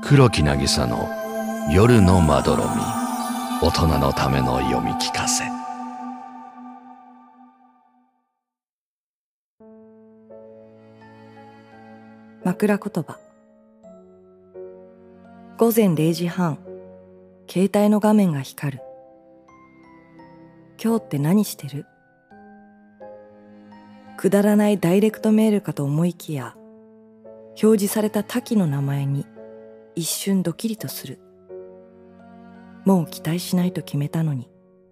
黒木渚の夜のまどろみ。大人のための読み聞かせ。 枕言葉。午前0時半、携帯の画面が光る。今日って何してる？くだらないダイレクトメールかと思いきや、表示された滝の名前に一瞬ドキリとする。もう期待しないと決めたのに。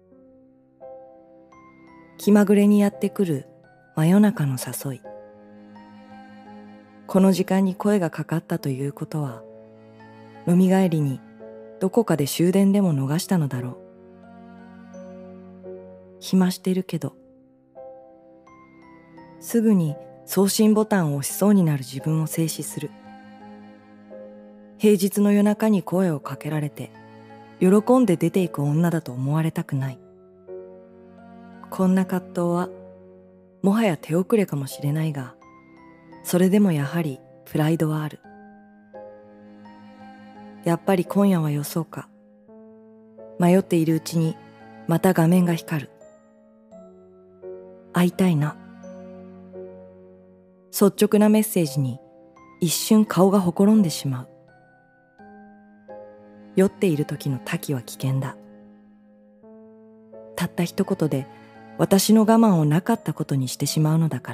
気まぐれにやってくる真夜中の誘い。この時間に声がかかったということは、飲み帰りにどこかで終電でも逃したのだろう。暇してるけど、すぐに送信ボタンを押しそうになる自分を制止する。平日の夜中に声をかけられて、喜んで出ていく女だと思われたくない。こんな葛藤は、もはや手遅れかもしれないが、それでもやはりプライドはある。やっぱり今夜はよそうか。迷っているうちにまた画面が光る。会いたいな。率直なメッセージに一瞬顔がほころんでしまう。酔っている時の滝は危険だ。たった一言で私の我慢をなかったことにしてしまうのだから。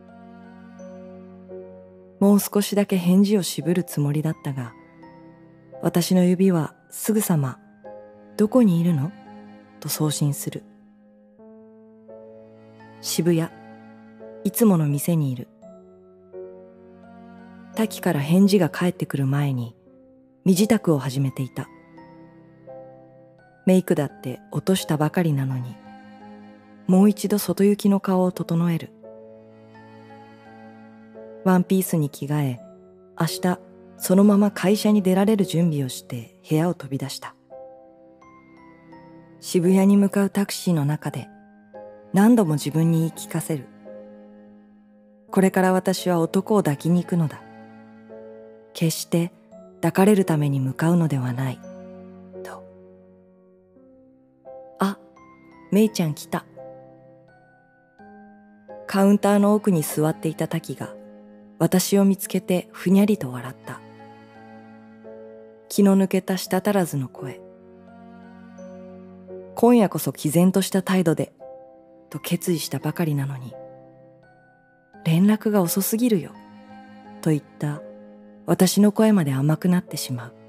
もう少しだけ返事を渋るつもりだったが、私の指はすぐさま、どこにいるの？と送信する。渋谷、いつもの店にいる。滝から返事が返ってくる前に、身支度を始めていた。メイクだって落としたばかりなのに、もう一度外行きの顔を整える。ワンピースに着替え、明日そのまま会社に出られる準備をして部屋を飛び出した。渋谷に向かうタクシーの中で何度も自分に言い聞かせる。これから私は男を抱きに行くのだ。決して抱かれるために向かうのではない。と。あ、メイちゃん来た。カウンターの奥に座っていた滝が私を見つけてふにゃりと笑った。気の抜けた舌足らずの声。今夜こそ毅然とした態度で、と決意したばかりなのに、連絡が遅すぎるよ、と言った私の声まで甘くなってしまう。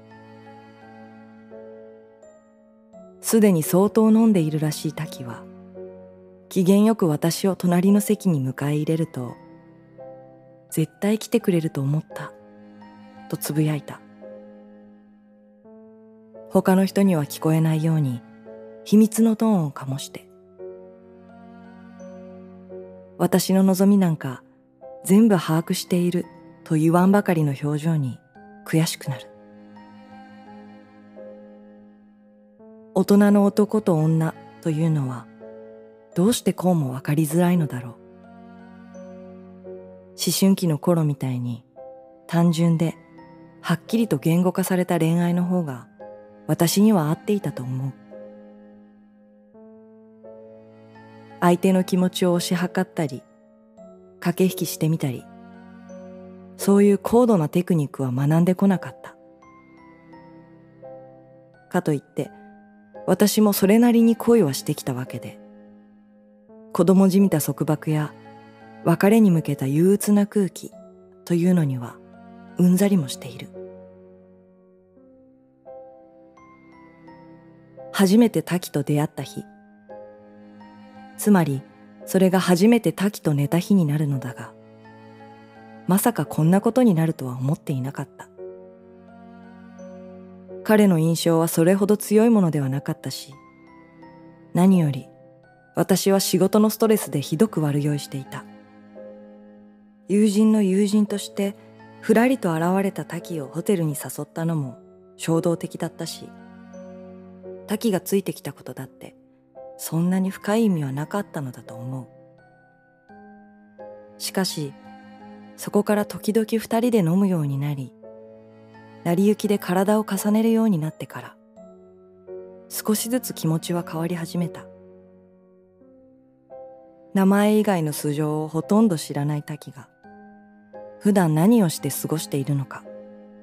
すでに相当飲んでいるらしい滝は、機嫌よく私を隣の席に迎え入れると、絶対来てくれると思った、とつぶやいた。他の人には聞こえないように、秘密のトーンを醸して。私の望みなんか全部把握していると言わんばかりの表情に悔しくなる。大人の男と女というのはどうしてこうも分かりづらいのだろう。思春期の頃みたいに単純ではっきりと言語化された恋愛の方が私には合っていたと思う。相手の気持ちを推し量ったり、駆け引きしてみたり、そういう高度なテクニックは学んでこなかった。かといって、私もそれなりに恋はしてきたわけで、子供じみた束縛や別れに向けた憂鬱な空気というのにはうんざりもしている。初めて滝と出会った日、つまりそれが初めて滝と寝た日になるのだが、まさかこんなことになるとは思っていなかった。彼の印象はそれほど強いものではなかったし、何より私は仕事のストレスでひどく悪酔いしていた。友人の友人としてふらりと現れた滝をホテルに誘ったのも衝動的だったし、滝がついてきたことだってそんなに深い意味はなかったのだと思う。しかしそこから時々二人で飲むようになり、 成り行きで体を重ねるようになってから、少しずつ気持ちは変わり始めた。名前以外の素性をほとんど知らない滝が、普段何をして過ごしているのか。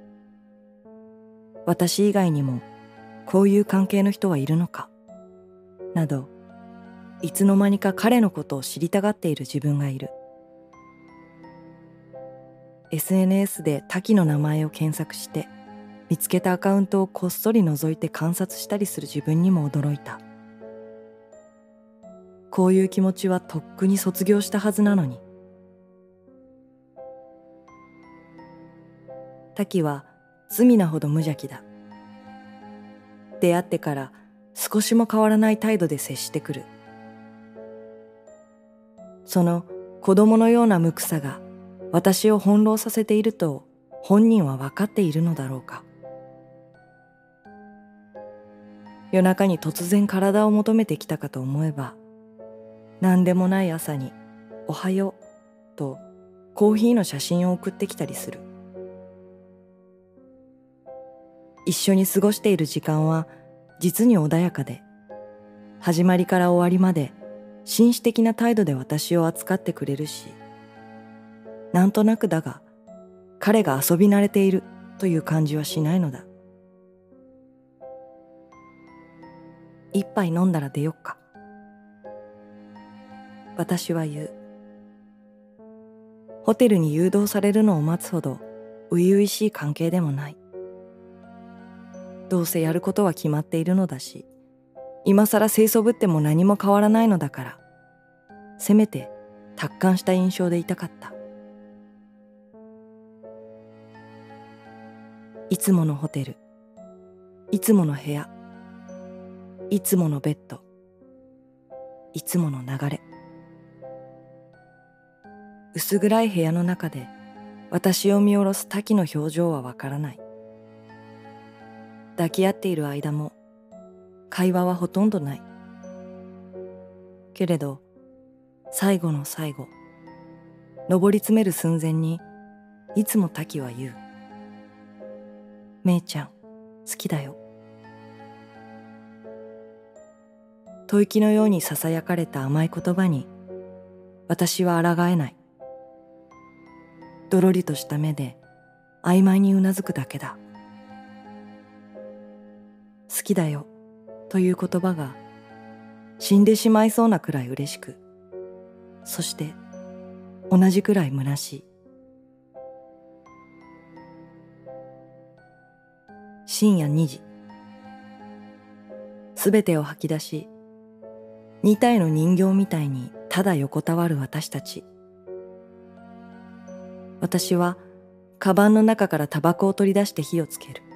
私以外にもこういう関係の人はいるのか、など、いつの間にか彼のことを知りたがっている自分がいる。SNS で滝の名前を検索して、見つけたアカウントをこっそり覗いて観察したりする自分にも驚いた。こういう気持ちはとっくに卒業したはずなのに。滝は罪なほど無邪気だ。出会ってから少しも変わらない態度で接してくる。その子供のような無垢さが私を翻弄させていると本人は分かっているのだろうか。夜中に突然体を求めてきたかと思えば、何でもない朝におはようとコーヒーの写真を送ってきたりする。一緒に過ごしている時間は実に穏やかで、始まりから終わりまで紳士的な態度で私を扱ってくれるし、なんとなくだが彼が遊び慣れているという感じはしないのだ。一杯飲んだら出よっか。私は言う。ホテルに誘導されるのを待つほど初々しい関係でもない。どうせやることは決まっているのだし、今さら清楚ぶっても何も変わらないのだから、せめて達観した印象でいたかった。いつものホテル、いつもの部屋、いつものベッド、いつもの流れ。薄暗い部屋の中で私を見下ろす滝の表情はわからない。抱き合っている間も会話はほとんどない。けれど最後の最後、上り詰める寸前にいつも滝は言う。めいちゃん、好きだよ。吐息のように囁かれた甘い言葉に私は抗えない。どろりとした目で曖昧にうなずくだけだ。好きだよという言葉が死んでしまいそうなくらい嬉しく、そして同じくらい虚しい。深夜2時、すべてを吐き出し、二体の人形みたいにただ横たわる私たち。私はカバンの中からタバコを取り出して火をつける。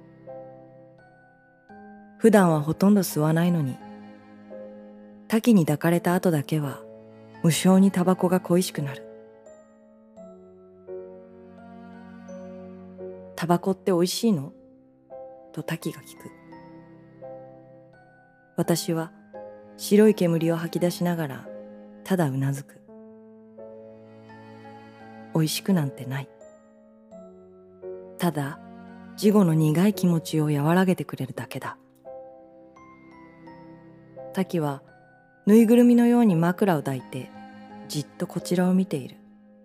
普段はほとんど吸わないのに、滝に抱かれた後だけは無性にタバコが恋しくなる。タバコって美味しいの？と滝が聞く。私は白い煙を吐き出しながらただうなずく。美味しくなんてない。ただ事後の苦い気持ちを和らげてくれるだけだ。滝はぬいぐるみのように枕を抱いてじっとこちらを見ている。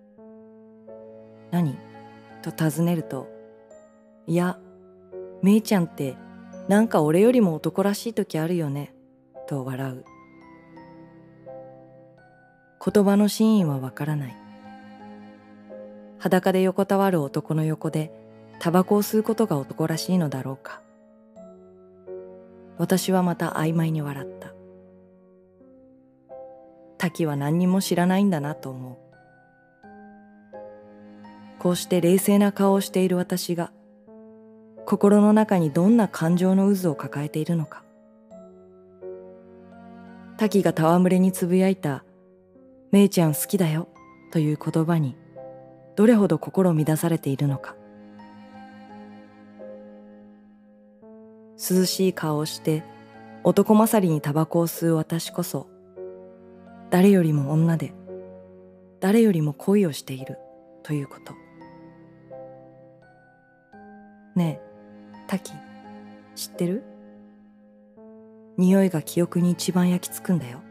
何？と尋ねると、いや、めいちゃんってなんか俺よりも男らしい時あるよね、と笑う。言葉の真意はわからない。裸で横たわる男の横でタバコを吸うことが男らしいのだろうか。私はまた曖昧に笑った。滝は何にも知らないんだなと思う。こうして冷静な顔をしている私が、心の中にどんな感情の渦を抱えているのか。滝が戯れにつぶやいた、めいちゃん好きだよという言葉に、どれほど心乱されているのか。涼しい顔をして男勝りにタバコを吸う私こそ、誰よりも女で誰よりも恋をしているということ。 ねえ、滝、知ってる？匂いが記憶に一番焼き付くんだよ。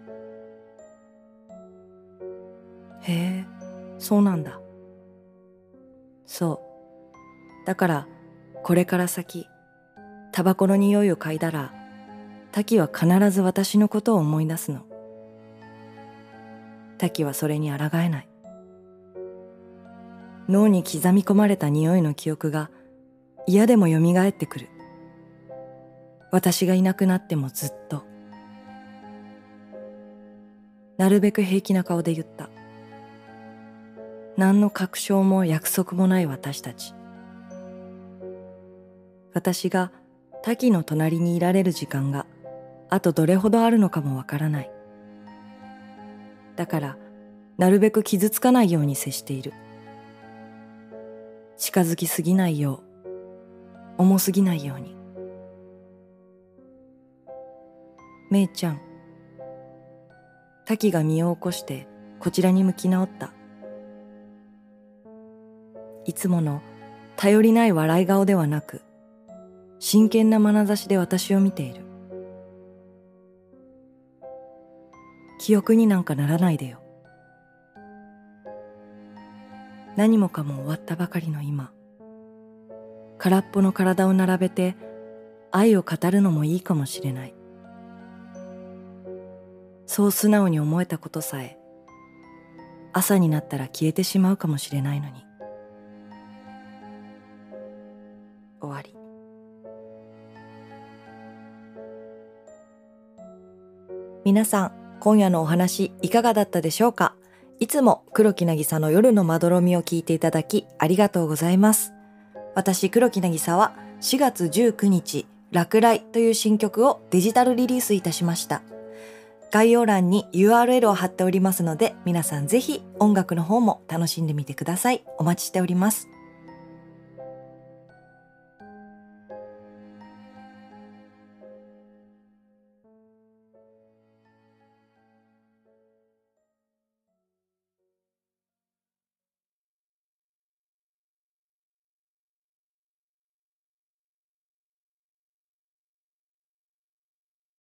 へえ、そうなんだ。そう。だから、これから先、タバコの匂いを嗅いだら、滝は必ず私のことを思い出すの。滝はそれに抗えない。脳に刻み込まれた匂いの記憶が嫌でも蘇ってくる。私がいなくなってもずっと。なるべく平気な顔で言った。何の確証も約束もない私たち。私が滝の隣にいられる時間があとどれほどあるのかもわからない。だからなるべく傷つかないように接している。近づきすぎないよう、重すぎないように。めいちゃん。滝が身を起こしてこちらに向き直った。いつもの頼りない笑い顔ではなく、真剣な眼差しで私を見ている。記憶になんかならないでよ。何もかも終わったばかりの今、空っぽの体を並べて愛を語るのもいいかもしれない。そう素直に思えたことさえ、朝になったら消えてしまうかもしれないのに。終わり。皆さん、今夜のお話いかがだったでしょうか？いつも黒木なぎさの夜のまどろみを聞いていただきありがとうございます。私黒木なぎさは4月19日、落雷という新曲をデジタルリリースいたしました。概要欄に URL を貼っておりますので、皆さんぜひ音楽の方も楽しんでみてください。お待ちしております。